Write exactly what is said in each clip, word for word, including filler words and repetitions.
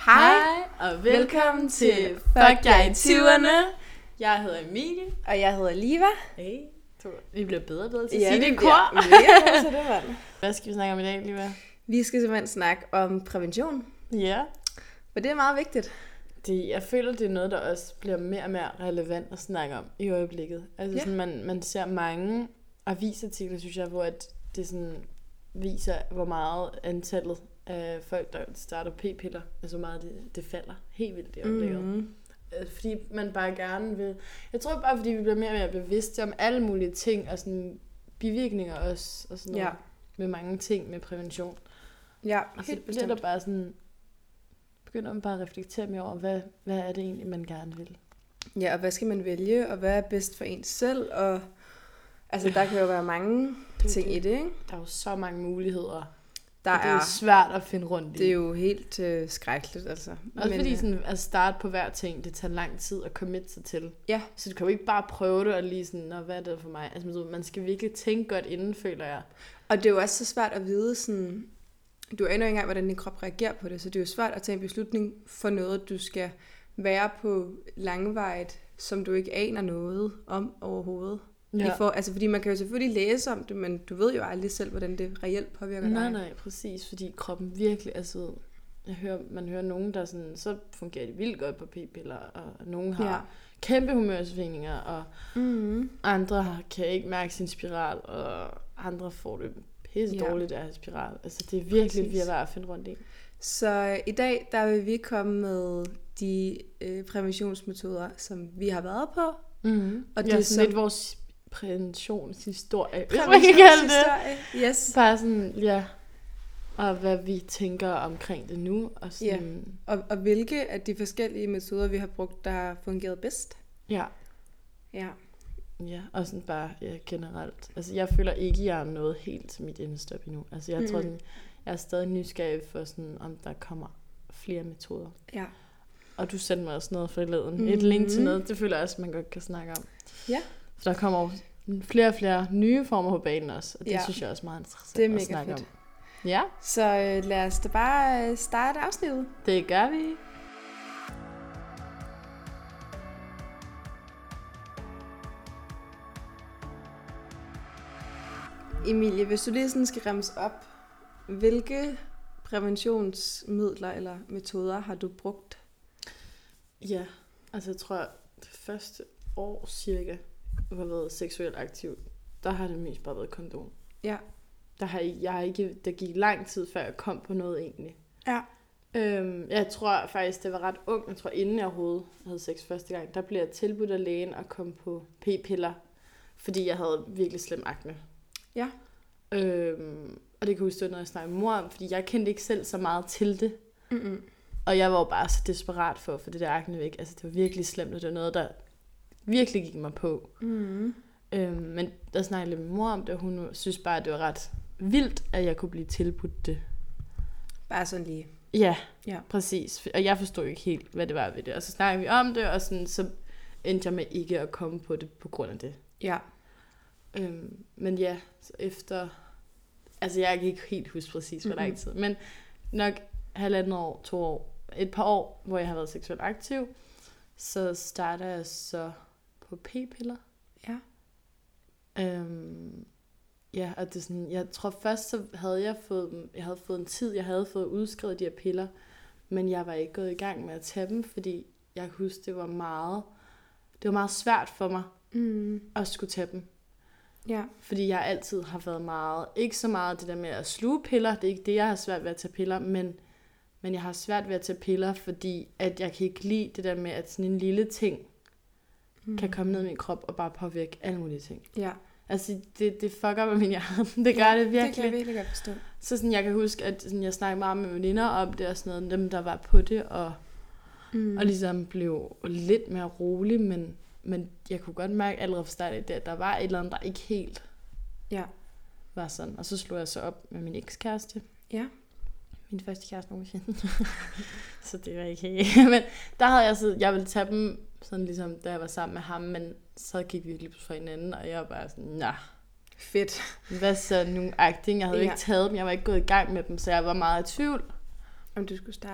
Hej og velkommen til Fuck jeg i tyverne. Jeg hedder Emilie. Og jeg hedder Liva. Hey, to. Vi bliver bedre og bedre til at Ja, sige det i vi kor. bliver mega gode til det, mand. Hvad skal vi snakke om i dag, Liva? Vi skal simpelthen snakke om prævention. Ja. For det er meget vigtigt. Det, jeg føler, det er noget, der også bliver mere og mere relevant at snakke om i øjeblikket. Altså Ja. sådan, man, man ser mange avisartikler, synes jeg, hvor at det sådan viser, hvor meget antallet af folk, der starter p-piller, altså hvor meget det, det falder helt vildt i øjeblikket. Mm. Fordi man bare gerne vil... Jeg tror bare, fordi vi bliver mere og mere bevidste om alle mulige ting, og sådan bivirkninger også, og sådan Ja. noget, med mange ting med prævention. Ja, Og så helt bliver der bestemt. bare sådan... Begynder man bare at reflektere mere over, hvad, hvad er det egentlig, man gerne vil. Ja, og hvad skal man vælge, og hvad er bedst for en selv? Og altså, der kan jo være mange er ting det. i det, ikke? Der er jo så mange muligheder. Der og det er er, svært at finde rundt i. det er jo helt øh, skrækkeligt, altså. Også fordi øh, sådan, at starte på hver ting, det tager lang tid at committe sig til. Ja. Så du kan jo ikke bare prøve det og lige sådan, Nå, hvad er det for mig? Altså, man skal virkelig tænke godt inden, føler jeg. Og det er jo også så svært at vide, sådan, du aner ikke engang, hvordan din krop reagerer på det, så det er jo svært at tage en beslutning for noget, du skal være på langvejt, som du ikke aner noget om overhovedet. Ja. I for, altså fordi man kan jo selvfølgelig læse om det, men du ved jo aldrig selv, hvordan det reelt påvirker Nej, dig. nej, præcis, fordi kroppen virkelig, altså, jeg hører, man hører nogen, der sådan, så fungerer de vildt godt på p-piller, og nogen har Ja. kæmpe humørsvingninger, og Mm-hmm. andre har- kan ikke mærke sin spiral, og andre får det pisse Ja. dårligt af spiral. Altså, det er virkelig Præcis. virkelig at finde rundt i. Så øh, i dag, der vil vi komme med de øh, præventionsmetoder, som vi har været på. Mm-hmm. Og Og det det er er som- sådan lidt vores præventionshistorie, hvis man kan kalde det. Præventionshistorie. Yes. Bare sådan, ja, og hvad vi tænker omkring det nu, og sådan, Og, og hvilke af de forskellige metoder, vi har brugt, der har fungeret bedst. ja. Ja. Ja, og sådan bare ja, generelt. Altså, jeg føler ikke, jeg er nået helt til mit endestop endnu. Altså, jeg mm. tror, Mhm. sådan, jeg er stadig nysgerrig for, sådan, om der kommer flere metoder. Ja. Og du sendte mig også noget forleden. Mm. Mhm. Et link til noget, det føler jeg også, man godt kan snakke om. Ja. For der kommer jo flere og flere nye former på banen også, og det Ja. synes jeg også er meget interessant Det er at mega snakke fedt. om. Ja, Så øh, lad os da bare øh, starte afsnittet. det gør vi. Emilie, hvis du lige sådan skal remse op, hvilke præventionsmidler eller metoder har du brugt? Ja, altså jeg tror, det første år cirka, hvor jeg har været seksuelt aktiv, der har det mest bare været kondom. Ja. Der har ikke, jeg har ikke, der gik lang tid, før jeg kom på noget egentlig. Ja. Øhm, jeg tror faktisk, det var ret ung. Jeg tror, inden jeg overhovedet havde sex første gang, der blev jeg tilbudt af lægen at komme på p-piller, fordi jeg havde virkelig slem akne. Ja. Øhm, og det kan jeg huske, det var noget, jeg snakkede med mor om, fordi jeg kendte ikke selv så meget til det. Mm-mm. Og jeg var jo bare så desperat for at få det der akne væk. Altså, det var virkelig slemt, og det var noget, der virkelig gik mig på. Mm-hmm. Øhm, men der snakkede jeg lidt med mor om det, og hun synes bare, at det var ret vildt, at jeg kunne blive tilbudt det. Bare sådan lige. Ja, Ja. præcis. Og jeg forstod jo ikke helt, hvad det var ved det. Og så snakkede vi om det, og sådan, så endte jeg med ikke at komme på det på grund af det. Ja. Øhm, men ja, så efter... Altså, jeg kan ikke helt huske præcis, hvor Mhm. lang tid. Men nok halvandet år, to år, et par år, hvor jeg har været seksuelt aktiv, så starter jeg så på p-piller. Ja. Øhm, ja, og det er sådan, jeg tror først, så havde jeg fået dem, jeg havde fået en tid, jeg havde fået udskrevet de her piller, men jeg var ikke gået i gang med at tage dem, fordi jeg kan huske, det var meget, det var meget svært for mig Mm. at skulle tage dem. Ja. Fordi jeg altid har været meget, ikke så meget det der med at sluge piller, det er ikke det, jeg har svært ved at tage piller, men, men jeg har svært ved at tage piller, fordi at jeg kan ikke lide det der med, at sådan en lille ting Mm. kan komme ned i min krop og bare påvirke alle mulige ting. Ja. Altså, det, det fucker med min hjerne. Det gør ja, det virkelig. Det kan jeg virkelig godt forstå. Så sådan, jeg kan huske, at sådan, jeg snakkede meget med veninder om det, og sådan noget, dem der var på det, og, Mm. og ligesom blev lidt mere rolig, men, men jeg kunne godt mærke allerede fra starten, at der var et eller andet, der ikke helt Ja. var sådan. Og så slog jeg så op med min ekskæreste. Ja. Min første kæreste nogensinde. Så det var ikke helt. Men der havde jeg så, jeg ville tage dem, sådan ligesom, da jeg var sammen med ham, men så gik vi lige fra hinanden, og jeg var bare sådan, nah, Fedt. hvad så nu? Agtigt. Jeg havde jo Ja. ikke taget dem, jeg var ikke gået i gang med dem, så jeg var meget i tvivl. Om du skulle starte.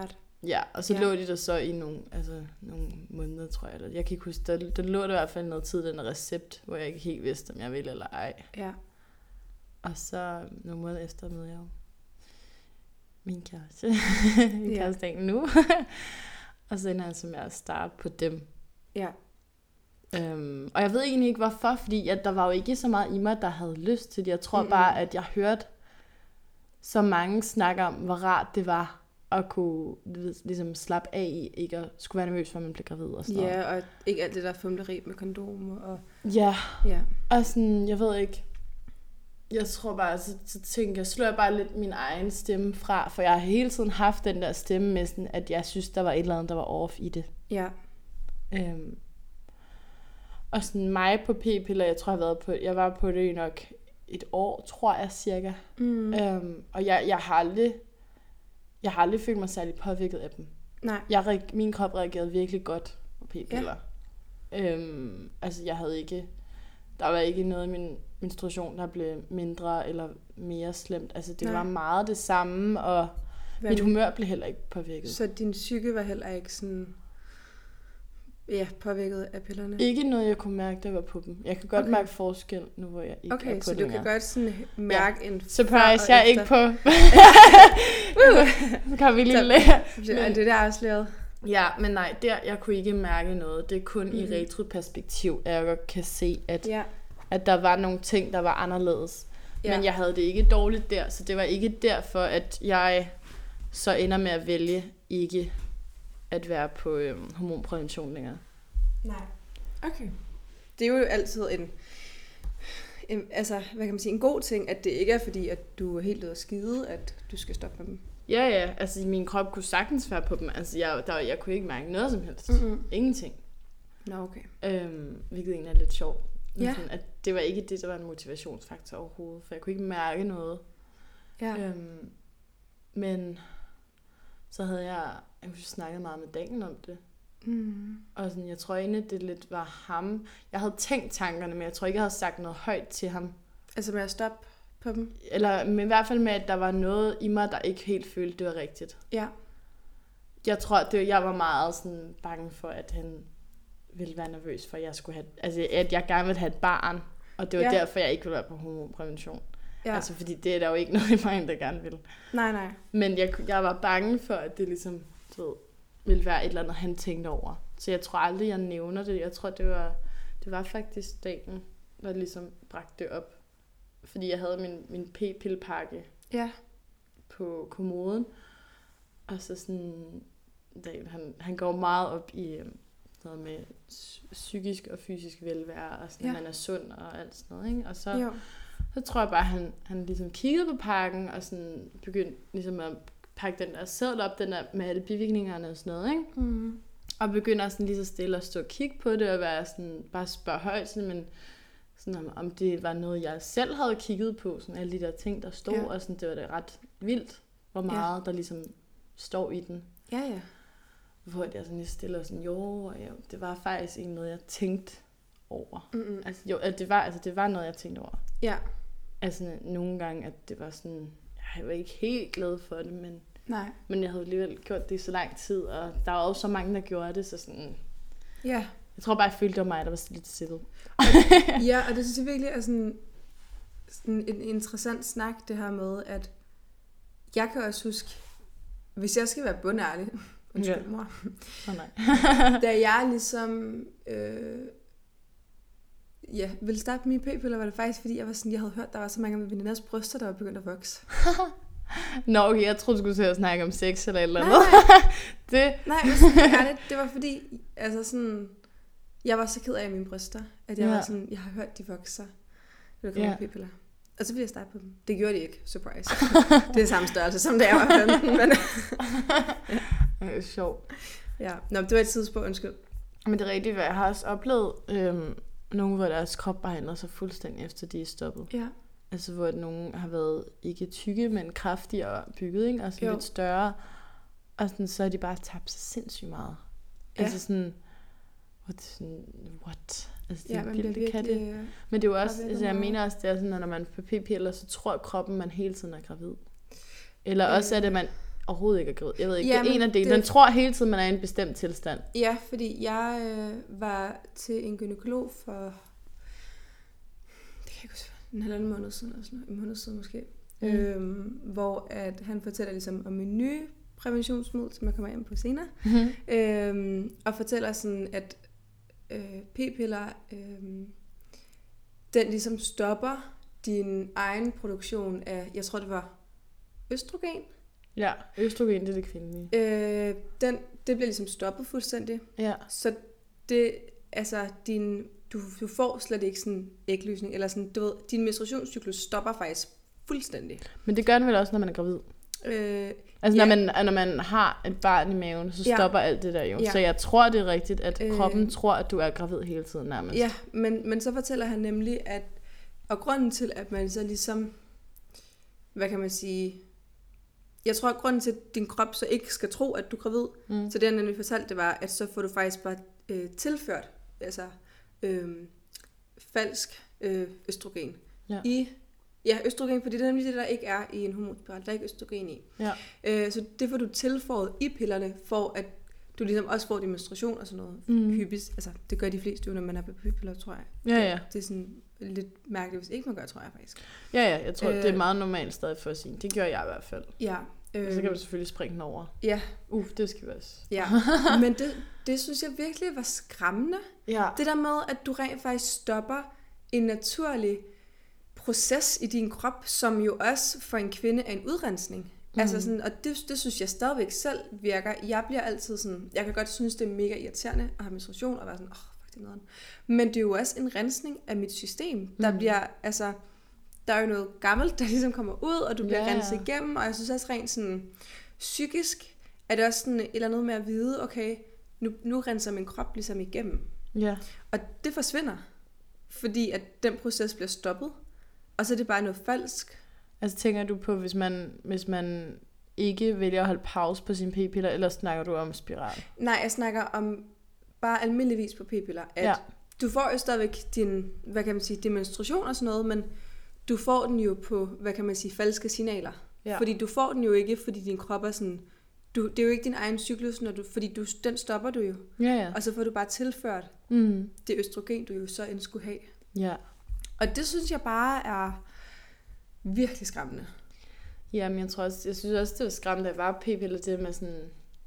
Ja, og så Ja. ja. lå de der så i nogle, altså, nogle måneder, tror jeg. Jeg kan ikke huske, der, der lå der i hvert fald noget tid, den recept, hvor jeg ikke helt vidste, om jeg ville eller ej. Ja. Og så nogle måneder efter mødte jeg jo min kæreste. min Ja. kæreste nu. Og så ender han så med at starte på dem. Ja. Øhm, og jeg ved egentlig ikke hvorfor, fordi at der var jo ikke så meget i mig, der havde lyst til det. Jeg tror Mm-mm. bare, at jeg hørte så mange snakke om, hvor rart det var at kunne du ved, ligesom slappe af i, ikke at skulle være nervøs for, at man blev gravid og sådan noget. Ja, og ikke alt det der fumleri med kondomer. Og... Ja, Ja. og sådan, jeg ved ikke, jeg tror bare, så, så tænker jeg, slår jeg bare lidt min egen stemme fra, for jeg har hele tiden haft den der stemme med sådan, at jeg synes, der var et eller andet, der var off i det. Ja. Øhm. Og sådan mig på p-piller, jeg tror, jeg har været på, jeg var på det i nok et år, tror jeg cirka. Mm. Øhm, og jeg, jeg har aldrig, jeg har aldrig følt mig særlig påvirket af dem. Nej. Jeg, min krop reagerede virkelig godt på p-piller. Ja. Øhm, altså jeg havde ikke, der var ikke noget i min menstruation, der blev mindre eller mere slemt. Altså det Nej. var meget det samme, og Hvad mit med- humør blev heller ikke påvirket. Så din psyke var heller ikke sådan... Ja, påvirket af pillerne? Ikke noget, jeg kunne mærke, der var på dem. Jeg kan godt Okay. mærke forskel, nu hvor jeg ikke er Okay, på så det du kan mere. godt sådan mærke ja. en Surprise, før og jeg er ikke efter. på. Så kan vi lige Så- lære. Er det der afsløret? Ja, men nej, der jeg kunne ikke mærke noget. Det er kun mm. i Mhm. retroperspektiv, at jeg godt kan se, at, Ja. at der var nogle ting, der var anderledes. Ja. Men jeg havde det ikke dårligt der, så det var ikke derfor, at jeg så ender med at vælge ikke at være på øhm, hormonprævention længere. Nej. Okay. Det er jo altid en, en, altså, hvad kan man sige, en god ting, at det ikke er fordi, at du er helt ude at skide, at du skal stoppe med dem. Ja, ja, altså min krop kunne sagtens være på dem. Altså jeg, der, jeg kunne ikke mærke noget som helst. Mm-hmm. Ingenting. Nå, okay. Øhm, hvilket egentlig er lidt sjovt. Men Ja. sådan, at det var ikke det, der var en motivationsfaktor overhovedet, for jeg kunne ikke mærke noget. Ja. Øhm, men så havde jeg, jeg kunne snakke meget med Daniel om det. Mm. Og sådan, jeg tror egentlig, det lidt var ham. Jeg havde tænkt tankerne, men jeg tror ikke, jeg havde sagt noget højt til ham. Altså med at stoppe på dem? Eller men i hvert fald med, at der var noget i mig, der ikke helt følte, det var rigtigt. Ja. Jeg tror, det var, jeg var meget sådan bange for, at han ville være nervøs for, at jeg skulle have, altså at jeg gerne ville have et barn. Og det var Ja. ja. derfor, jeg ikke ville være på hormonprævention. Ja. Altså fordi det er der jo ikke noget i mig, der gerne vil. Nej, nej. Men jeg, jeg var bange for, at det ligesom, du ved, ville være et eller andet, han tænkte over. Så jeg tror aldrig, jeg nævner det. Jeg tror, det var, det var faktisk dagen, der ligesom bragte det op. Fordi jeg havde min, min p-pillepakke Ja. på kommoden. Og så sådan, Daniel, han, han går meget op i øh, noget med psykisk og fysisk velvære, og sådan, Ja. ja. man er sund og alt sådan noget, ikke? Og så, Jo. så tror jeg bare, at han, han ligesom kiggede på pakken, og sådan begyndte ligesom at pakke den der seddel op, den der med alle bivirkningerne og sådan noget, ikke? Mm. Og begynder sådan lige så stille at stå og kigge på det, og være sådan, bare spørge højt, sådan, men sådan om, om det var noget, jeg selv havde kigget på, sådan alle de der ting, der stod, Ja. ja. og sådan, det var da ret vildt, hvor meget ja. der ligesom står i den. Ja, ja. Hvor jeg sådan lige stille og sådan, jo, ja, det var faktisk ikke noget, jeg tænkte over. Mm-mm. Altså, jo, at det var, altså, det var noget, jeg tænkte over. Ja. Altså, nogle gange, at det var sådan, jeg var ikke helt glad for det, men, Nej. men jeg havde alligevel gjort det i så lang tid, og der var også så mange, der gjorde det, så sådan, Ja. jeg tror bare, jeg følte, det var mig, der var lidt sættet. Ja, og det synes jeg virkelig er sådan, sådan en interessant snak, det her med, at jeg kan også huske, hvis jeg skal være bundærlig, undskyld Ja. mor, Oh, nej. da jeg ligesom øh, ja, ville starte min p-piller, var det faktisk, fordi jeg var sådan, jeg havde hørt, der var så mange af mine veninders bryster, der var begyndt at vokse. Nå, okay, jeg troede, du skulle til at snakke om sex eller et eller Nej, andet. nej, det, nej, men sådan, ærligt, det var fordi, altså sådan, jeg var så ked af mine bryster, at jeg Ja. var sådan, jeg har hørt, de vokser, når der kommer Ja. p-piller. Og så ville jeg starte på dem. Det gjorde de ikke, surprise. Det er samme størrelse, som da jeg var femten, men det er sjovt. ja. Nå, det var et tidspunkt, undskyld. Men det er rigtigt, hvad jeg har også oplevet, øhm, nogen, hvor deres krop bare ændrer sig fuldstændig efter, de er stoppet. Ja. Altså, hvor nogen har været ikke tykke, men kraftigere bygget, ikke? Og sådan Jo. lidt større. Og sådan, så har de bare tabt sig sindssygt meget. Ja. Altså sådan, what? Sådan, what? Altså, det Ja, er man vildt, bliver det kan virkelig... det. Men det er jo også, påvirket altså jeg meget. mener også, det er sådan, at når man er på p-piller, så tror kroppen, man hele tiden er gravid. Eller Ja. også er det, man overhovedet ikke er gravid. Jeg ved ikke, Ja, det er en af delene. det... Man tror hele tiden, man er i en bestemt tilstand. Ja, fordi jeg øh, var til en gynekolog for, det kan jeg ikke huske, en halvanden måned siden, eller sådan noget, en måned siden måske, mm. øhm, hvor at han fortæller ligesom om en ny præventionsmiddel, som jeg kommer ind på senere, mm-hmm. øhm, og fortæller sådan, at øh, p-piller, øh, den ligesom stopper din egen produktion af, jeg tror det var østrogen. Ja, østrogen, det er det kvindelige. Øh, den, det bliver ligesom stoppet fuldstændig. Ja. Så det, altså, din, du, du får slet ikke sådan ægløsning, eller sådan, du ved, din menstruationscyklus stopper faktisk fuldstændig. Men det gør den vel også, når man er gravid? Øh, altså, ja. når, man, når man har et barn i maven, så stopper ja. alt det der jo. Ja. Så jeg tror, det er rigtigt, at øh, kroppen tror, at du er gravid hele tiden nærmest. Ja, men, men så fortæller han nemlig, at, og grunden til, at man så ligesom, hvad kan man sige, jeg tror, at grunden til, at din krop så ikke skal tro, at du er gravid, mm. så det han nemlig fortalte, det var, at så får du faktisk bare øh, tilført, altså øh, falsk øh, østrogen. Ja. I, ja, østrogen, fordi det er nemlig det, der ikke er i en hormonspiral. Der er ikke østrogen i. Ja. Øh, så det får du tilføjet i pillerne, for at du ligesom også får din menstruation og sådan noget. Mm. Hyppigt. Altså, det gør de fleste jo, når man er på p-piller, tror jeg. Ja, ja. Det er sådan lidt mærkeligt, hvis ikke man gør, tror jeg faktisk. Ja, ja, jeg tror, øh, det er meget normalt stadig for at sige. Det gør jeg i hvert fald. Ja. Øh, og så kan du selvfølgelig springe den over. Ja. Uh, det skal vi også. Ja, men det, det synes jeg virkelig var skræmmende. Ja. Det der med, at du rent faktisk stopper en naturlig proces i din krop, som jo også for en kvinde er en udrensning. Mm. Altså sådan, og det, det synes jeg stadigvæk selv virker. Jeg bliver altid sådan, jeg kan godt synes, det er mega irriterende at have menstruation, og være sådan, åh, oh, fuck det er noget. Men det er jo også en rensning af mit system. Der mm. bliver, altså, der er jo noget gammelt, der ligesom kommer ud, og du bliver yeah. renset igennem, og jeg synes også rent sådan, psykisk er det også sådan et eller andet med at vide, okay, nu, nu renser min krop ligesom igennem. Ja. Yeah. Og det forsvinder, fordi at den proces bliver stoppet, og så er det bare noget falsk. Altså tænker du på, hvis man, hvis man ikke vælger at holde pause på sine p-piller, eller snakker du om spiral? Nej, jeg snakker om bare almindeligvis på p-piller, at ja. du får jo stadigvæk din, hvad kan man sige, demonstration og sådan noget, men du får den jo på, hvad kan man sige, falske signaler. Ja. Fordi du får den jo ikke, fordi din krop er sådan, du, det er jo ikke din egen cyklus, når du, fordi du, den stopper du jo. Ja, ja. Og så får du bare tilført mm. det østrogen, du jo så end skulle have. Ja. Og det synes jeg bare er virkelig skræmmende. Jamen, jeg tror også, jeg synes også, det var skræmmende, at jeg var på p-piller, det med sådan,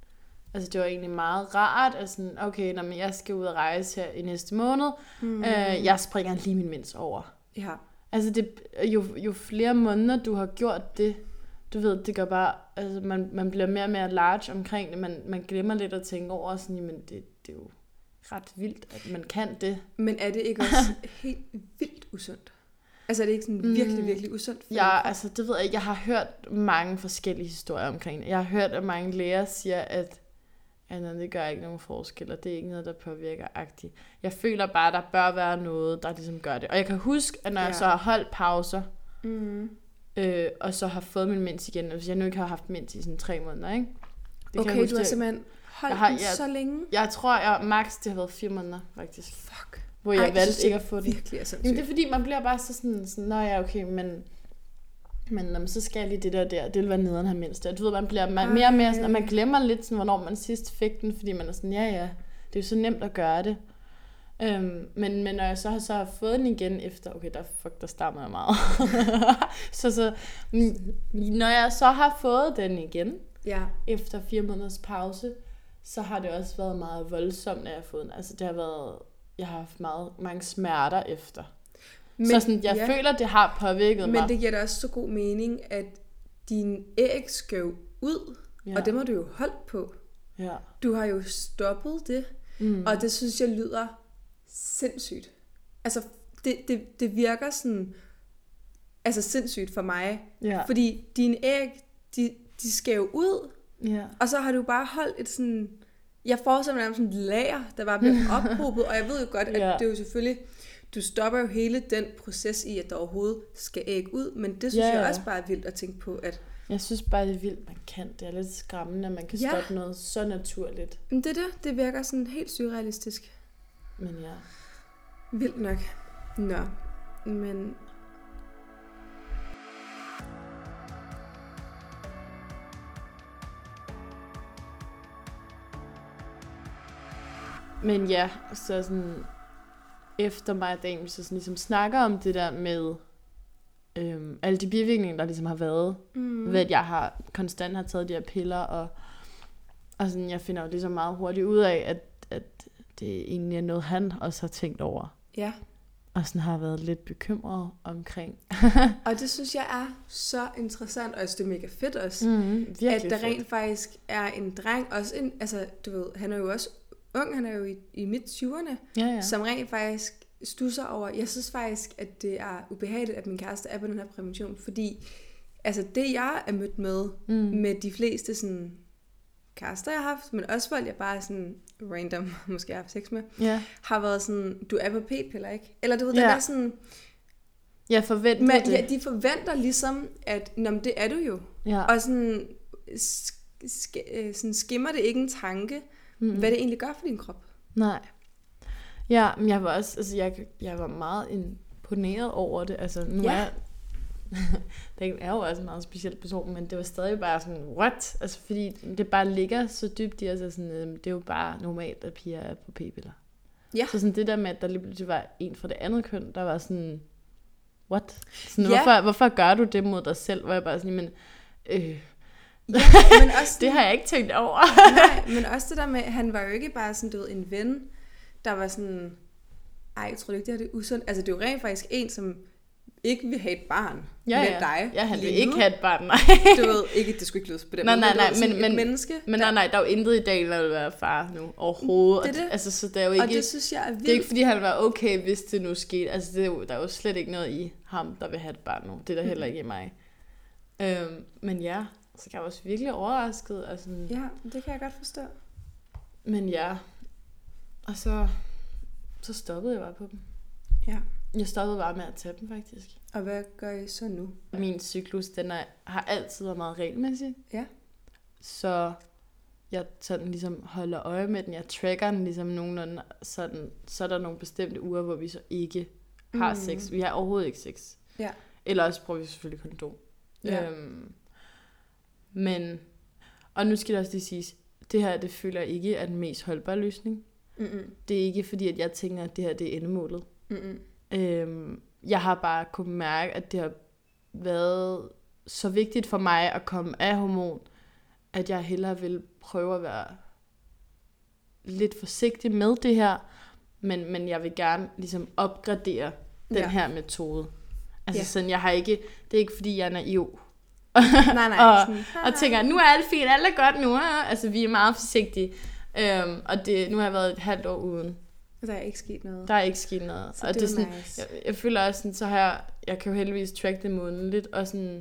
altså det var egentlig meget rart, at sådan, okay, når jeg skal ud og rejse her i næste måned, mm. øh, jeg springer lige min mens over. Ja. Altså, det, jo, jo flere måneder du har gjort det, du ved, det gør bare, altså man, man bliver mere og mere large omkring det, man, man glemmer lidt at tænke over, sådan, jamen det, det er jo ret vildt, at man kan det. Men er det ikke også helt vildt usundt? Altså er det ikke sådan virkelig, virkelig usundt? Ja, altså det ved jeg ikke. Jeg har hørt mange forskellige historier omkring det. Jeg har hørt, at mange læger siger, at, at det gør ikke nogen forskel, og det er ikke noget, der påvirker agtigt. Jeg føler bare, at der bør være noget, der ligesom gør det. Og jeg kan huske, at når ja. jeg så har holdt pauser, mm. øh, og så har fået min mens igen, hvis jeg nu ikke har haft mens i sådan tre måneder, ikke? Det okay, kan huske, du har simpelthen holdt har, den jeg, så længe? Jeg tror, jeg max det har været fire måneder, faktisk. Fuck. Hvor jeg Ej, valgte jeg ikke at få det. Virkelig er Jamen, det er fordi, man bliver bare så sådan, sådan nå ja, okay, men, men jamen, så skal jeg lige det der der, det vil være nederen her mindst. Du ved, man bliver man, mere og mere sådan, og man glemmer lidt, sådan, hvornår man sidst fik den, fordi man er sådan, ja ja, det er jo så nemt at gøre det. Øhm, men, men når jeg så har, så har fået den igen efter, okay, der, fuck, der stammer jeg meget. så, så når jeg så har fået den igen, ja. efter fire måneders pause, så har det også været meget voldsomt, når jeg har fået den. Altså det har været, jeg har haft meget, mange smerter efter. Men, så sådan, jeg ja. føler, det har påvirket men mig. Men det giver da også så god mening, at din æg skal jo ud, ja. og det må du jo holde på. Ja. Du har jo stoppet det, mm. og det synes jeg lyder sindssygt. Altså, det, det, det virker sådan, altså sindssygt for mig. Ja. Fordi dine æg, de, de skal jo ud, ja. og så har du bare holdt et sådan, jeg forestiller mig sådan et lager, der bare bliver ophobet, og jeg ved jo godt, at ja. det er jo selvfølgelig, du stopper jo hele den proces i, at der overhovedet skal æg ud, men det synes ja, ja. jeg også bare er vildt at tænke på, at jeg synes bare, det er vildt, man kan. Det er lidt skræmmende, at man kan ja. stoppe noget så naturligt. Men det er det. Det virker sådan helt surrealistisk. Men ja. Vildt nok. Nå. Men men ja, så sådan, efter mig og Daniel, så sådan ligesom snakker om det der med, øhm, alle de bivirkninger, der ligesom har været, mm. ved at jeg har konstant har taget de her piller, og, og sådan, jeg finder jo ligesom meget hurtigt ud af, at, at det egentlig er noget, han også har tænkt over. Ja. Og sådan har været lidt bekymret omkring. Og det synes jeg er så interessant, og jeg synes, det er mega fedt også, mm, at der fedt. rent faktisk er en dreng, også en, altså du ved, han er jo også ung, han er jo i, i midt tyverne, ja, ja. som rent faktisk stusser over, jeg synes faktisk, at det er ubehageligt, at min kæreste er på den her prævention, fordi altså det, jeg er mødt med, mm. med de fleste sådan kærester, jeg har haft, men også folk, jeg bare sådan random, måske har haft sex med, ja. har været sådan, du er på p-piller, ikke? Eller du ved, ja. den er sådan... Jeg forventer men, det. Ja, de forventer ligesom, at nå, det er du jo. Ja. Og sådan, sk- sk- sådan skimmer det ikke en tanke, mm. hvad det egentlig gør for din krop. Nej. Ja, men jeg var også, altså jeg, jeg var meget imponeret over det. Altså nu ja. er den er jo også en meget speciel person, men det var stadig bare sådan, what? Altså fordi det bare ligger så dybt i os, altså sådan, det er jo bare normalt, at piger er på p-piller. Ja. Så sådan det der med, at der lige pludselig var en fra det andet køn, der var sådan, what? Sådan, ja. hvorfor, hvorfor gør du det mod dig selv? Hvor jeg bare sådan, men øh, ja, men også det har jeg ikke tænkt over. Nej, men også det der med, han var jo ikke bare sådan, du ved, en ven, der var sådan, ej, jeg tror ikke, det her det er usundt. Altså det er jo rent faktisk en, som ikke vil have et barn ja, med ja. dig. Ja, han vil ikke have et barn, nej. Du ved, ikke, det skulle ikke lyde på den nej, måde. Nej, nej, men, men, men, menneske, men nej, nej, der er jo intet i dag, der vil være far nu, overhovedet. Det er det. Altså, så det er jo ikke, og det synes jeg er vildt. Det er ikke, fordi han var okay, hvis det nu skete. Altså, det er jo, der er jo slet ikke noget i ham, der vil have et barn nu. Det er der heller ikke i mig. Øhm, men ja, så kan jeg også virkelig overrasket. Altså, ja, det kan jeg godt forstå. Men ja, og så, så stoppede jeg bare på dem. Ja. Jeg stoppede bare med at tage dem, faktisk. Og hvad gør I så nu? Min cyklus, den er, har altid været meget regelmæssig. Ja. Så jeg sådan ligesom holder øje med den. Jeg tracker den ligesom nogenlunde. Sådan, så er der nogle bestemte uger, hvor vi så ikke har mm. sex. Vi har overhovedet ikke sex. Ja. Eller også bruger vi selvfølgelig kondom. Ja. Øhm, men, og nu skal det også lige siges, det her, det føler jeg ikke er den mest holdbare løsning. Mm-mm. Det er ikke fordi, at jeg tænker, at det her, det er endemålet. Mm-mm. Øhm, jeg har bare kunnet mærke, at det har været så vigtigt for mig at komme af hormon, at jeg hellere vil prøve at være lidt forsigtig med det her, men, men jeg vil gerne ligesom opgradere den ja. her metode. Altså ja. sådan, jeg har ikke, det er ikke fordi, jeg er naiv. nej, nej. og, sådan, og tænker, nu er alt fint, alt er godt nu. Altså, vi er meget forsigtige. Øhm, og det, nu har jeg været et halvt år uden. Der er ikke sket noget. Der er ikke sket noget. Så og det, det er sådan, nice. jeg, jeg føler også sådan, så har jeg, jeg kan jo heldigvis track det månedligt, og sådan,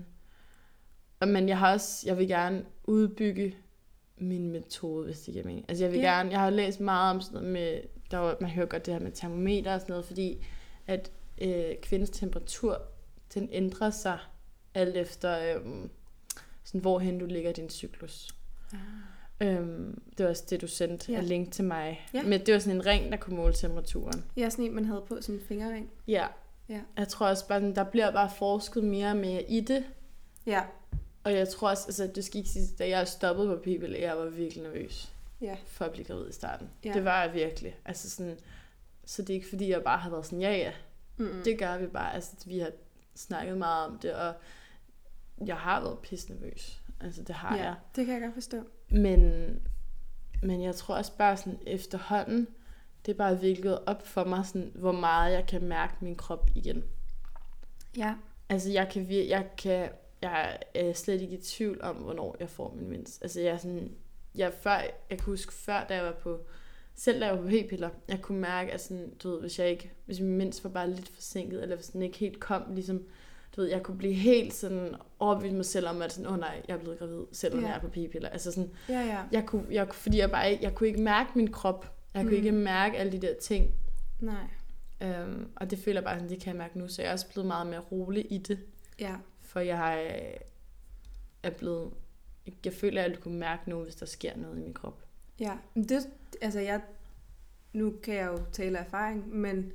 men jeg har også, jeg vil gerne udbygge min metode, hvis det giver mening. Altså jeg vil yeah. gerne, jeg har læst meget om sådan noget med, der var, man hører godt det her med termometer og sådan noget, fordi at øh, kvindens temperatur, den ændrer sig alt efter, øh, sådan, hvorhen du ligger din cyklus. Ah. Øhm, det var også det, du sendte ja. en link til mig. Ja. Men det var sådan en ring, der kunne måle temperaturen. Ja, sådan en, man havde på, sådan en fingerring. Ja. ja. Jeg tror også bare, der bliver bare forsket mere og mere i det. Ja. Og jeg tror også, altså det skal ikke sige, da jeg stoppede på p-piller, jeg var virkelig nervøs. Ja. For at blive gravid i starten. Ja. Det var jeg virkelig. Altså sådan, så det er ikke fordi, jeg bare har været sådan, ja ja, mm-hmm. det gør vi bare. Altså vi har snakket meget om det, og jeg har været pissenervøs. Altså det har ja, jeg. det kan jeg godt forstå. Men, men jeg tror også bare sådan efterhånden, det er bare virkelig op for mig, sådan, hvor meget jeg kan mærke min krop igen. Ja. Altså jeg kan, jeg kan, jeg er slet ikke i tvivl om, hvornår jeg får min mens. Altså jeg er sådan, jeg, før, jeg kan huske før, da jeg var på, selv da jeg var på p-piller, jeg kunne mærke, at sådan, du ved, hvis jeg ikke, hvis min mens var bare lidt forsinket, eller hvis den ikke helt kom, ligesom, du ved, jeg kunne blive helt sådan overbevist mig selv om, at sådan, åh oh, nej, jeg er blevet gravid, selvom ja. jeg er på p-piller. Altså sådan, ja, ja. Jeg kunne, jeg, fordi jeg bare ikke, jeg kunne ikke mærke min krop. Jeg kunne mm. ikke mærke alle de der ting. Nej. Øhm, og det føler jeg bare, sådan, det kan jeg mærke nu, så jeg er også blevet meget mere rolig i det. Ja. For jeg er blevet, jeg føler, at jeg kunne mærke nu, hvis der sker noget i min krop. Ja, det, altså jeg, nu kan jeg jo tale af erfaring, men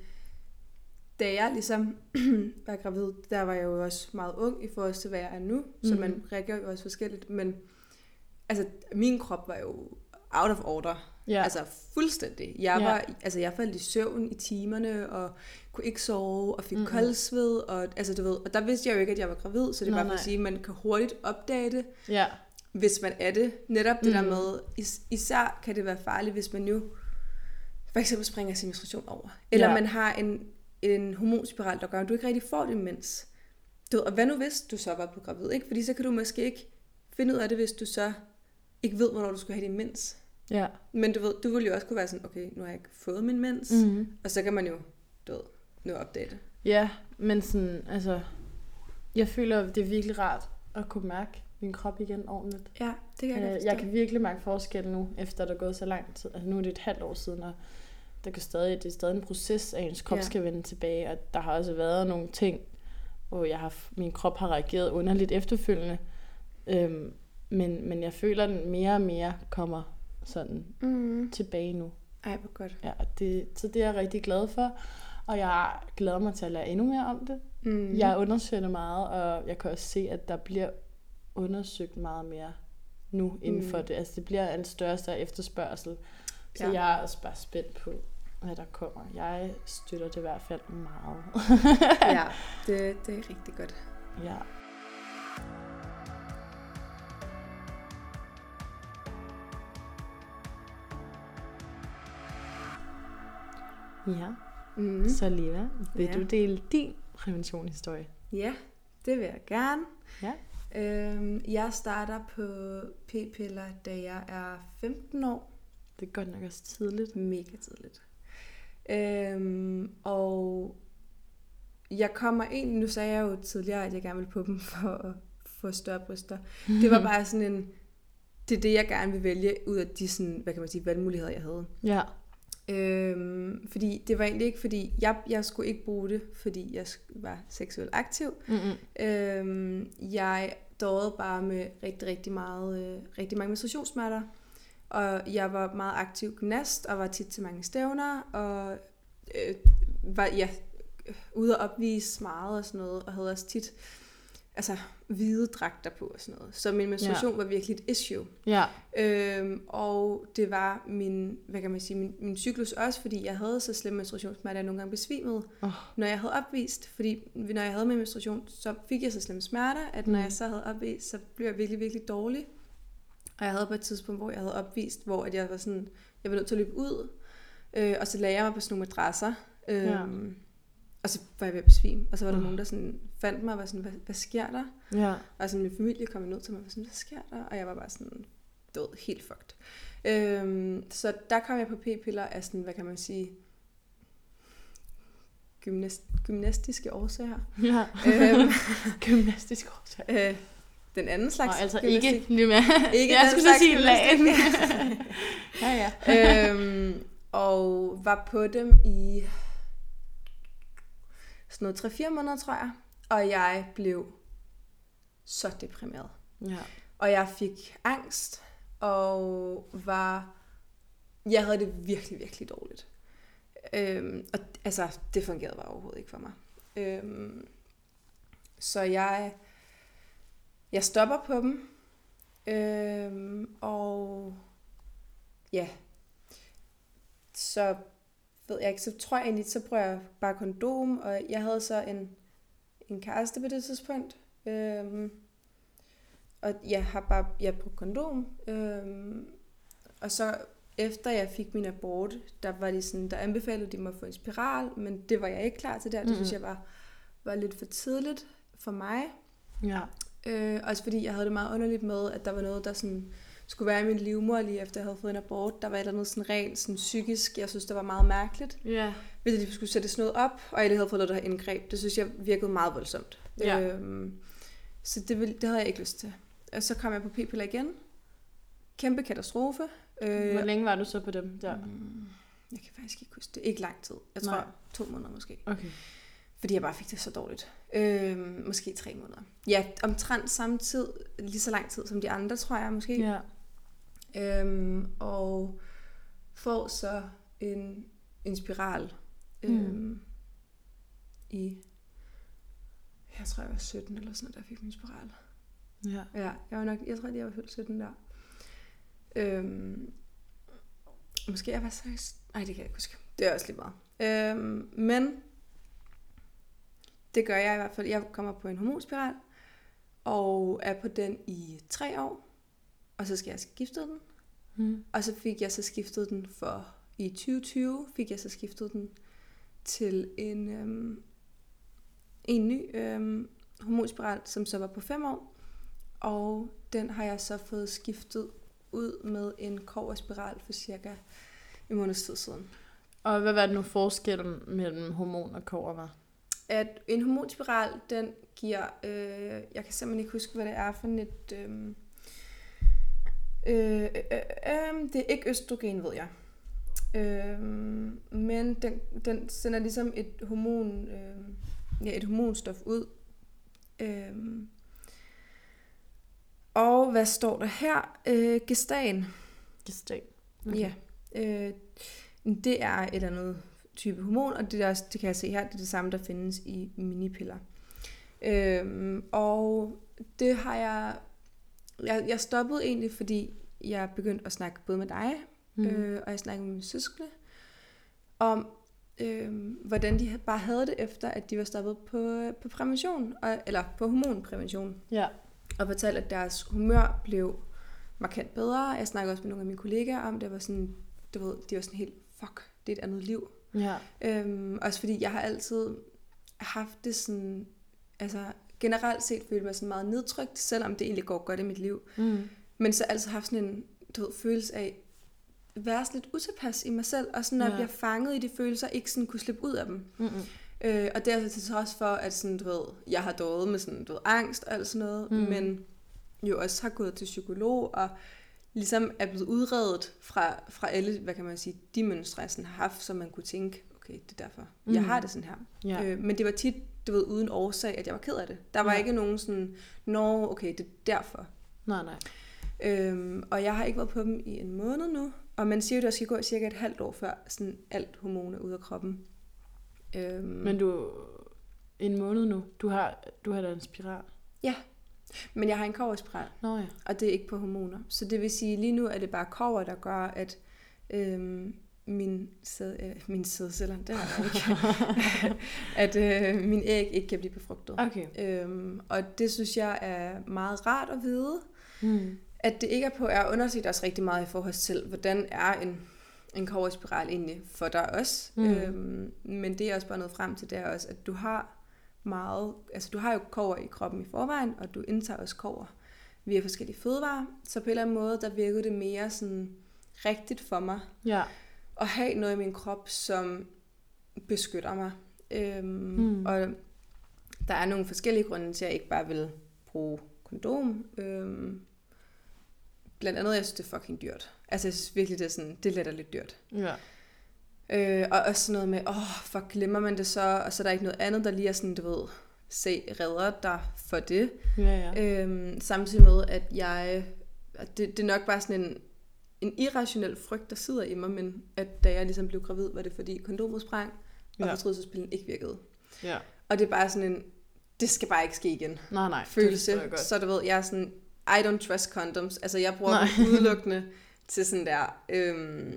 da jeg ligesom var gravid, der var jeg jo også meget ung i forhold til, hvad jeg er nu, mm. så man reagerer jo også forskelligt, men altså min krop var jo out of order. Ja. Altså fuldstændig. Jeg Ja. var, altså jeg faldt i søvn i timerne, og kunne ikke sove, og fik Mm-mm. koldsved, og, altså, du ved, og der vidste jeg jo ikke, at jeg var gravid, så det er Nej, bare for at nej. sige, at man kan hurtigt opdage det, Ja. hvis man er det. Netop det Mm. der med, is- især kan det være farligt, hvis man nu for eksempel springer sin menstruation over. Eller Ja. man har en, en hormonspiral, der gør, at du ikke rigtig får det mens. Du ved, og hvad nu hvis du så var på gravid, ikke? Fordi så kan du måske ikke finde ud af det, hvis du så ikke ved, hvornår du skal have din mens. Ja. Men du ved, du ville jo også kunne være sådan, okay, nu har jeg ikke fået min mens, Mm. og så kan man jo, du ved, nu opdage det. Ja, men sådan, altså, jeg føler, det er virkelig rart at kunne mærke min krop igen ordentligt. Ja, det kan jeg godt Øh, forstå. jeg kan virkelig mærke forskel nu, efter der er gået så lang tid. Altså nu er det et halvt år siden, og der kan stadig, det er stadig en proces, at ens krop Ja. skal vende tilbage. Og der har også været nogle ting, hvor jeg har, min krop har reageret underligt efterfølgende. Øhm, men, men jeg føler, at den mere og mere kommer sådan Mm. tilbage nu. Ej, hvor godt. Ja, og det, så det er jeg rigtig glad for. Og jeg glæder mig til at lære endnu mere om det. Mm. Jeg undersøger det meget, og jeg kan også se, at der bliver undersøgt meget mere nu inden for Mm. det. Altså det bliver en større og større efterspørgsel. Så Ja. jeg er også bare spændt på, hvad der kommer. Jeg støtter det i hvert fald meget. Ja, det, det er rigtig godt. Ja. Ja, Mm. så Liva, vil Ja. du dele din præventionshistorie? Ja, det vil jeg gerne. Ja. Øhm, jeg starter på p-piller, da jeg er femten år. Det er godt nok også tidligt. Mega tidligt. Øhm, og jeg kommer ind, nu sagde jeg jo tidligere, at jeg gerne ville på dem for at få større bryster. Det var bare sådan en, det er det, jeg gerne vil vælge ud af de sådan, hvad kan man sige, valgmuligheder, jeg havde. Ja. Øhm, fordi det var egentlig ikke, fordi jeg, jeg skulle ikke bruge det, fordi jeg var seksuelt aktiv. Mm-mm. Øhm, jeg dårede bare med rigtig, rigtig meget, øh, rigtig mange menstruationssmerter. Og jeg var meget aktiv gymnast, og var tit til mange stævner, og øh, var ja, ude at opvise meget og sådan noget, og havde også tit altså, hvide dragter på og sådan noget. Så min menstruation ja. var virkelig et issue. Ja. Øhm, og det var min, hvad kan man sige, min, min cyklus også, fordi jeg havde så slemme menstruationssmerter, at jeg nogle gange besvimede, Oh. når jeg havde opvist. Fordi når jeg havde min menstruation, så fik jeg så slemme smerter, at når jeg så havde opvist, så blev jeg virkelig, virkelig dårlig. Og jeg havde på et tidspunkt, hvor jeg havde opvist, hvor at jeg var sådan, jeg var nødt til at løbe ud, øh, og så lagde jeg mig på sådan nogle madrasser, øh, Ja. og så var jeg ved at besvime. Og så var der Oh. nogen, der sådan fandt mig og var sådan, hvad, hvad sker der? Ja. Og sådan, min familie kom ned til mig og var sådan, hvad sker der? Og jeg var bare sådan, død, helt fucked. Øhm, så der kom jeg på p-piller af sådan, hvad kan man sige, gymnast, gymnastiske årsager. Ja. øhm, Gymnastisk årsag. øh, den anden slags Og altså gymnastik. ikke lige med. Ikke jeg den skulle slags så sige gymnastik. lag. ja, ja. øhm, og var på dem i sådan noget tre-fire måneder, tror jeg. Og jeg blev så deprimeret. Ja. Og jeg fik angst, og var... Jeg havde det virkelig, virkelig dårligt. Øhm, og altså, det fungerede bare overhovedet ikke for mig. Øhm, så jeg... Jeg stopper på dem. Øhm, og... Ja. Så ved jeg ikke, så tror jeg egentlig, så bruger jeg bare kondom, og jeg havde så en, en kæreste på det tidspunkt. Øhm, og jeg har bare, jeg brugt kondom. Øhm, og så efter jeg fik min abort, der var de sådan, der anbefalede de mig at få en spiral, men det var jeg ikke klar til der. Det Mm-mm. synes jeg var, var lidt for tidligt for mig. Ja. Øh, også fordi jeg havde det meget underligt med, at der var noget, der sådan skulle være i min livmor lige efter jeg havde fået en abort. Der var et eller andet sådan rent sådan psykisk, jeg synes, det var meget mærkeligt. Ja. Hvis jeg skulle sætte sådan noget op, og jeg lige havde fået noget, der havde indgreb. Det synes jeg virkede meget voldsomt. Ja. Øhm, så det, ville, det havde jeg ikke lyst til. Og så kom jeg på p-piller igen. Kæmpe katastrofe. Øh, Hvor længe var du så på dem der? Mm, jeg kan faktisk ikke huske det. Ikke lang tid. Jeg tror Nej. to måneder måske. Okay. Fordi jeg bare fik det så dårligt. Øh, måske tre måneder. Ja, omtrent samme tid. Lige så lang tid som de andre, tror jeg måske. Ja. Øhm, og får så en, en spiral øhm, Mm. i, jeg tror jeg var sytten eller sådan noget, da jeg fik min spiral. Ja. Ja, jeg var nok, jeg tror jeg var fyldt sytten der. Øhm, Måske jeg var seksten. Nej, det kan jeg ikke huske. Det er også lige meget. Øhm, men det gør jeg i hvert fald. Jeg kommer på en hormonspiral, og er på den i tre år. Og så skal jeg skifte den. Mm. Og så fik jeg så skiftet den for, i tyve tyve fik jeg så skiftet den til en, øhm, en ny øhm, hormonspiral, som så var på fem år. Og den har jeg så fået skiftet ud med en kobberspiral for cirka en måneds tid siden. Og hvad var det nu forskellen mellem hormon og kobber var? At en hormonspiral, den giver, øh, jeg kan simpelthen ikke huske, hvad det er for et, øh, øh, øh, øh, det er ikke østrogen, ved jeg. Øh, men den, den sender ligesom et hormon, øh, ja, et hormonstof ud. Øh, og hvad står der her? Øh, gestan. Gestan. Okay. Ja. Øh, det er et eller andet type hormon, og det, der, det kan jeg se her, det er det samme, der findes i minipiller. Øhm, og det har jeg, jeg... Jeg stoppede egentlig, fordi jeg begyndte at snakke både med dig, mm. øh, og jeg snakkede med mine søskende, om øh, hvordan de bare havde det efter, at de var stoppet på, på prævention, og, eller på hormonprævention. Ja. Og fortalte, at deres humør blev markant bedre. Jeg snakkede også med nogle af mine kollegaer om, det var sådan, du ved, de var sådan helt, fuck, det er et andet liv. Ja. Øhm, også fordi jeg har altid haft det sådan, altså generelt set følt mig sådan meget nedtrykt, selvom det egentlig går godt i mit liv. Mm. Men så altid haft sådan en, du ved, følelse af at være sådan lidt utilpas i mig selv, og sådan, når ja. jeg bliver fanget i de følelser, ikke sådan kunne slippe ud af dem. Mm-hmm. Øh, og det er altså til trods for, at sådan, du ved, jeg har døjet med sådan, du ved, angst og alt sådan noget, mm. men jo også har gået til psykolog, og ligesom er blevet udredet fra, fra alle, hvad kan man sige, de mønstre, jeg sådan har haft, så man kunne tænke, okay, det er derfor, mm. jeg har det sådan her. Ja. Øh, men det var tit, du ved, uden årsag, at jeg var ked af det. Der var ja. ikke nogen sådan, nå, okay, det er derfor. Nej, nej. Øhm, og jeg har ikke været på dem i en måned nu, og man siger jo, at der skal gå cirka et halvt år, før sådan alt hormon er ude af kroppen. Øhm, Men du, en måned nu, du har, du har da en spiral. Ja, men jeg har en kobberspiral, Nå ja. og det er ikke på hormoner. Så det vil sige, lige nu er det bare kobber, der gør, at øhm, min sæd, øh, min sædceller, det har jeg ikke, at øh, min æg ikke kan blive befrugtet. Okay. Øhm, og det synes jeg er meget rart at vide, Mm. at det ikke er på. Jeg har undersøgt også rigtig meget i forhold til, hvordan er en, en kobberspiral egentlig for dig også. Mm. Øhm, men det er også bare noget frem til, det er også, at du har meget, altså du har jo kobber i kroppen i forvejen, og du indtager også kobber via forskellige fødevarer. Så på en eller anden måde, der virkede det mere sådan rigtigt for mig, Ja. at have noget i min krop, som beskytter mig. Øhm, Mm. Og der er nogle forskellige grunde til, at jeg ikke bare vil bruge kondom. Øhm, blandt andet, jeg synes, det er fucking dyrt. Altså, jeg synes virkelig, det er sådan, det er letterligt dyrt. Ja. Øh, og også sådan noget med, åh, oh, fuck, glemmer man det så? Og så er der ikke noget andet, der lige er sådan, du ved, se, redder dig for det. Ja, ja. Øhm, samtidig med, at jeg, at det, det er nok bare sådan en, en irrationel frygt, der sidder i mig, men at da jeg ligesom blev gravid, var det fordi kondomet sprang, og Ja. fortrydelsespillen ikke virkede. Ja. Og det er bare sådan en, det skal bare ikke ske igen. Nej, nej. Følelse. Det forstår jeg godt. Så du ved, jeg er sådan, I don't trust condoms. Altså, jeg bruger Nej. dem udelukkende til sådan der, øhm,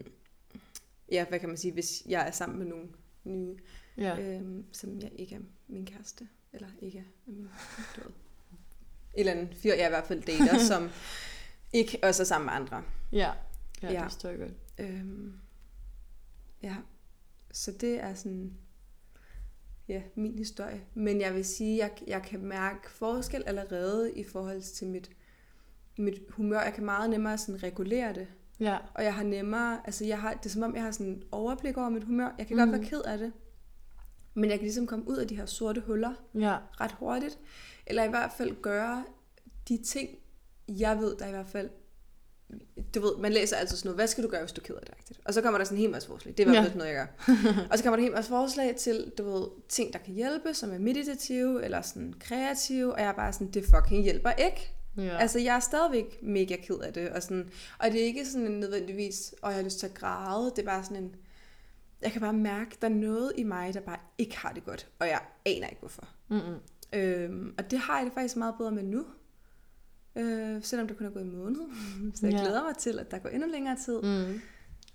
ja, hvad kan man sige, hvis jeg er sammen med nogle nye, Ja. øhm, som jeg ikke er min kæreste, eller ikke er min, du ved, et eller andet fyr, jeg i hvert fald dater, som ikke også er sammen med andre. Ja. Ja, Ja. det forstår jeg godt. Øhm, ja, så det er sådan, ja, min historie. Men jeg vil sige, jeg, jeg kan mærke forskel allerede i forhold til mit, mit humør. Jeg kan meget nemmere sådan regulere det. Ja. Og jeg har nemmere, altså jeg har, det er som om, jeg har sådan overblik over mit humør. Jeg kan Mhm. godt være ked af det, men jeg kan ligesom komme ud af de her sorte huller Ja. ret hurtigt. Eller i hvert fald gøre de ting, jeg ved, der i hvert fald, du ved, man læser altid sådan noget, hvad skal du gøre, hvis du keder dig? Og så kommer der sådan en hel masse forslag. Det er i hvert fald noget, jeg gør. Og så kommer der en hel masse forslag til, du ved, ting, der kan hjælpe, som er meditative, eller sådan kreative, og jeg er bare sådan, det fucking hjælper ikke. Ja. Altså, jeg er stadigvæk mega ked af det, og, sådan, og det er ikke sådan en nødvendigvis, og jeg har lyst til at græde, det er bare sådan en, jeg kan bare mærke, der er noget i mig, der bare ikke har det godt, og jeg aner ikke hvorfor. Mm-mm. Øhm, og det har jeg det faktisk meget bedre med nu, øh, selvom det kun er gået en måned, så jeg Ja. glæder mig til, at der går endnu længere tid. Mm.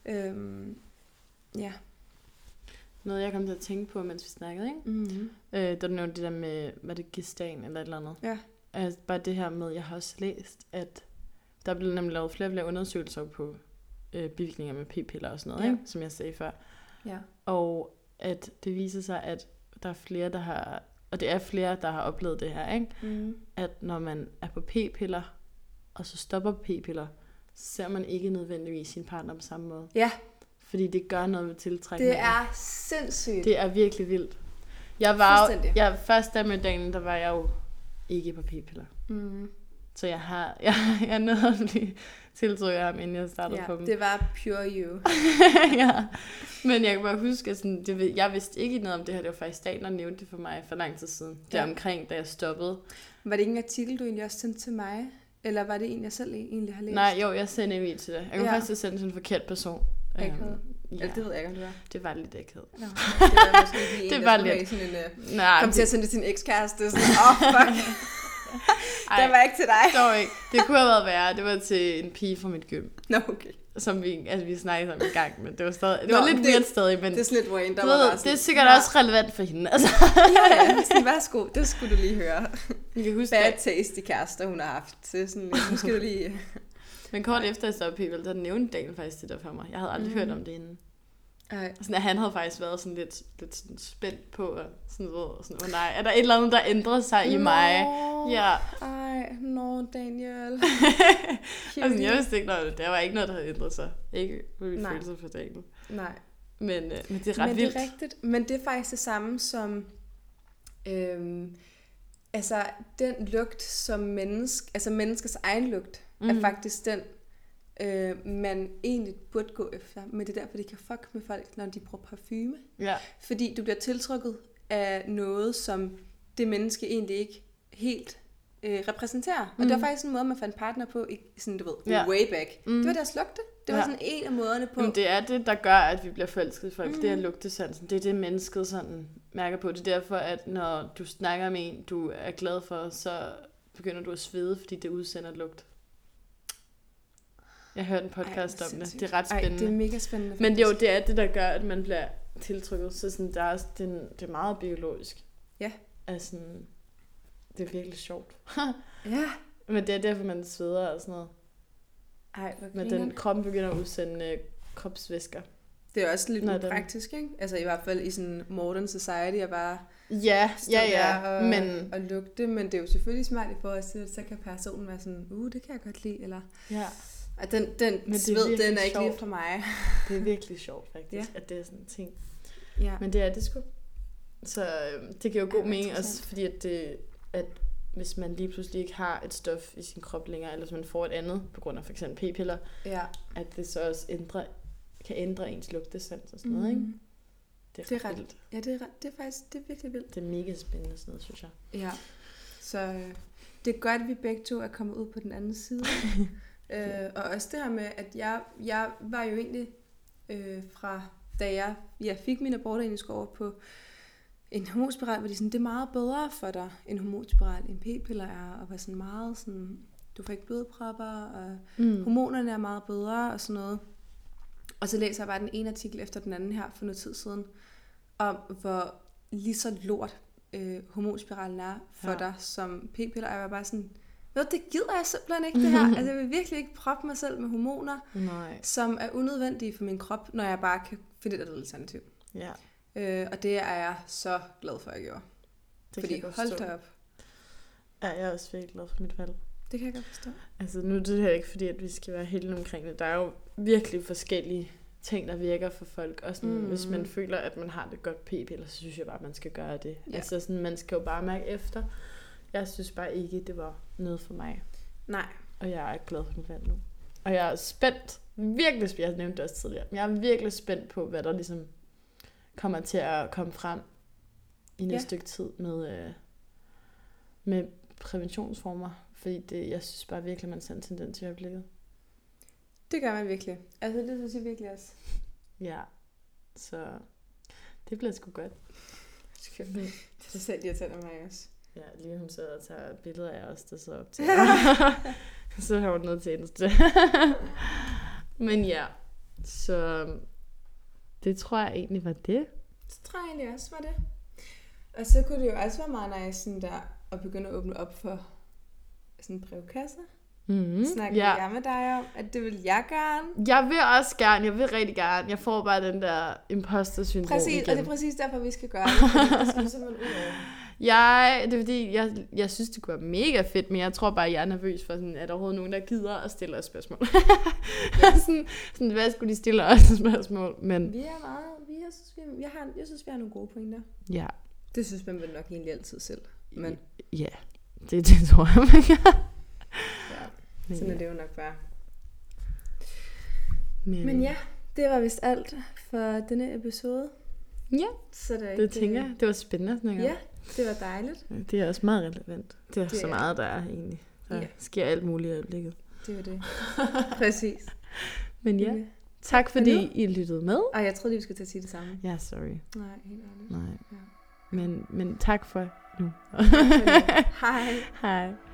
Øhm, ja. Noget, jeg kom til at tænke på, mens vi snakkede, ikke? Mm-hmm. Øh, da du nævnte det der med, var det gestan eller et eller andet? Ja. Altså, bare det her med, jeg har også læst, at der er blevet nemlig lavet flere og flere undersøgelser på øh, bivirkninger med p-piller og sådan noget, Ja. ikke? Som jeg sagde før. Ja. Og at det viser sig, at der er flere, der har, og det er flere, der har oplevet det her, ikke? Mm. At når man er på p-piller, og så stopper p-piller, så ser man ikke nødvendigvis sin partner på samme måde. Ja. Fordi det gør noget ved tiltrækningen. Det er sindssygt. Det er virkelig vildt. Jeg var jo, Fuldstændig. jeg, først der med dagen, der var jeg jo ikke på p-piller. Mm. Så jeg har, jeg, jeg nåede at blive tiltrykket af ham, inden jeg startede Ja, på dem. det var pure you. Ja, men jeg kan bare huske, at sådan, det, ved- jeg vidste ikke noget om det her. Det var faktisk Dan, der nævnte det for mig for lang tid siden. Det Ja. er omkring, da jeg stoppede. Var det ikke en artikel, du egentlig også sendte til mig? Eller var det en, jeg selv egentlig har læst? Nej, jo, jeg sendte en mail til dig. Jeg kan Ja. faktisk have sendt til en forkert person. Akavet. Øhm, Ja. ja, Eller det ved jeg ikke, om det var. det var lidt akavet. Nå, det var måske lige en, Det der var skulle lidt. have sådan en... Uh, Nej, kom til at sende det til en ekskæreste. Sådan, åh, oh, fuck. Ej, Den var ikke til dig. dog ikke. Det kunne have været værre. Det var til en pige fra mit gym, Nå, okay. som vi, altså, vi snakkede om en gang, men det var, stadig, det Nå, var lidt det- weird stadig, men Det er sådan lidt Wayne, der du var ved, bare sådan... det er sikkert "Nå, også relevant for hende. Altså, Ja, ja. Sådan, værsgo, det skulle du lige høre. jeg kan huske, Bad at, taste i kærester, hun har haft. Så sådan, nu skal du lige... men kort efter jeg stoppede p-piller, der nævnte Daniel faktisk det der for mig. Jeg havde aldrig Mhm. hørt om det inden. Ej. Sådan, at han havde faktisk været sådan lidt, lidt sådan spændt på, og sådan, ved, og sådan, oh, nej, er der et eller andet, der ændrer sig i mig? Nå, Ja. Ej, nå, Daniel. Altså, jeg vidste ikke noget, der var ikke noget, der havde ændret sig. Ikke på mine Nej. følelser for Daniel. Nej. Men, øh, men det er ret Men vildt. det er rigtigt. Men det er faktisk det samme som... Øhm, altså, den lugt som menneske... Altså, menneskers egen lugt mm. er Mhm. faktisk den, øh, man egentlig burde gå efter. Men det er derfor, de kan fuck med folk, når de bruger parfume. Ja. Fordi du bliver tiltrukket af noget, som det menneske egentlig ikke helt øh, repræsenterer. Og Mm. det var faktisk en måde, man fandt partner på, i, sådan, du ved, Ja. way back. Mm. Det var deres lugte. Det var Ja. sådan en af måderne på... Men det er det, der gør, at vi bliver forelsket i folk. Mhm. Det er lugtesansen. Det er det, mennesket sådan mærker på. Det er derfor, at når du snakker med en, du er glad for, så begynder du at svede, fordi det udsender lugt. Jeg hørte en podcast Ej, om det. sindssygt. Det er ret spændende. Ej, det er mega spændende. Men det er jo faktisk. det, er det, der gør, at man bliver tiltrykket. Så sådan, der er, også- det, er, det er meget biologisk. Ja. Altså, det er virkelig sjovt. Ja. Men det er derfor, man sveder og sådan noget. Ej, hvor Men grineren. den kroppen begynder at udsende øh, kropsvæsker. Det er også lidt Nå, Nå, den- praktisk, ikke? Altså i hvert fald i sådan modern society at bare Ja, stå ja, der ja. og, Men og lugte. Men det er jo selvfølgelig smart i forhold til, at så kan personen være sådan, uh, det kan jeg godt lide. Eller, ja, at den, den det er sved, den virkelig er ikke lige sjovt. for mig. det er virkelig sjovt faktisk, Ja. at det er sådan en ting. Ja. Men det er det sgu. Så øh, det giver jo Ja, god hvor mening, også interessant. fordi at, det, at hvis man lige pludselig ikke har et stof i sin krop længere, eller hvis man får et andet, på grund af for eksempel p-piller, ja. at det så også ændrer, kan ændre ens lugtesans og sådan noget, ikke? Mm. Det er, Det er ret ret- vildt. Ja, det er, ret- det er faktisk det er virkelig vildt. Det er mega spændende sådan noget, synes jeg. Ja. Så øh, det er godt, at vi begge to er kommet ud på den anden side. øh, og også det her med, at jeg, jeg var jo egentlig øh, fra, da jeg, jeg fik min abort ind i skov på en hormonspiral, hvor de sådan, det er meget bedre for dig, en hormonspiral, en p-piller er, og var sådan meget sådan, du får ikke blodpropper, og Mm. hormonerne er meget bedre, og sådan noget. Og så læser jeg bare den ene artikel efter den anden her for noget tid siden, om hvor lige så lort øh, hormonspiralen er for Ja. dig som p-piller. Og jeg var bare sådan, ved du, det gider jeg simpelthen ikke det her. Altså jeg vil virkelig ikke proppe mig selv med hormoner, Nej. som er unødvendige for min krop, når jeg bare kan finde et andet alternativ. Ja, Øh, og det er jeg så glad for, at jeg gjorde. det kan Fordi jeg godt hold forstå. da op. Ja, jeg er også virkelig glad for mit valg. Det kan jeg godt forstå. Altså nu er det her ikke fordi, at vi skal være heldige omkring det. Der er jo virkelig forskellige ting, der virker for folk. Og sådan, Mm. mm. hvis man føler, at man har det godt p-piller, så synes jeg bare, at man skal gøre det. Ja. Altså sådan, man skal jo bare mærke efter. Jeg synes bare ikke, det var noget for mig. Nej. Og jeg er glad for mit valg nu. Og jeg er spændt, virkelig spændt, jeg nævnte det også tidligere, men jeg er virkelig spændt på, hvad der ligesom kommer til at komme frem i næste Ja. stykke tid med, øh, med præventionsformer. Fordi det, jeg synes bare virkelig, man ser en tendens i øjeblikket. Det gør man virkelig. Altså det synes jeg virkelig også. Ja, så det bliver sgu godt. Skønt. Det er selv irriterende mig også. Ja, lige hun sidder og tager billeder af os, der sidder op til. Så har hun noget til Insta. Men ja, Så det tror jeg egentlig var det. Så tror jeg egentlig også var det. Og så kunne det jo også være meget nice sådan der, at begynde at åbne op for sådan en brevkasse. Mm-hmm. Snakker ja. jeg med dig om, at det vil jeg gerne. Jeg vil også gerne, jeg vil rigtig gerne. Jeg får bare den der imposter-syndrom præcis, igen. Og det er præcis derfor, vi skal gøre det. Det skal vi simpelthen ud over. Jeg, det er fordi, jeg, jeg synes, det kunne være mega fedt, men jeg tror bare, jeg er nervøs for, sådan, at der overhovedet nogen, der gider at stille os spørgsmål. Ja. sådan, sådan, hvad skulle de stille os spørgsmål? Men vi er meget, vi, jeg, synes, vi, jeg, har, jeg synes, vi har nogle gode pointer. Ja. Det synes man vel nok egentlig altid selv. Men ja, det, det tror jeg, man kan. Ja, sådan er det jo nok bare. Men, men ja, det var vist alt for denne episode. Ja, så det, det tænker jeg. Det var spændende at snakke om. Ja, det var dejligt. Det er også meget relevant. Det er det så er. meget, der er egentlig. Der ja. sker alt muligt i øjeblikket. Det var det. Præcis. Men ja, tak fordi I lyttede med. Og jeg troede lige, vi skulle til at sige det samme. Ja, sorry. Nej, helt ærligt. Nej. Ja. Men, men tak for nu. Hej. Hej.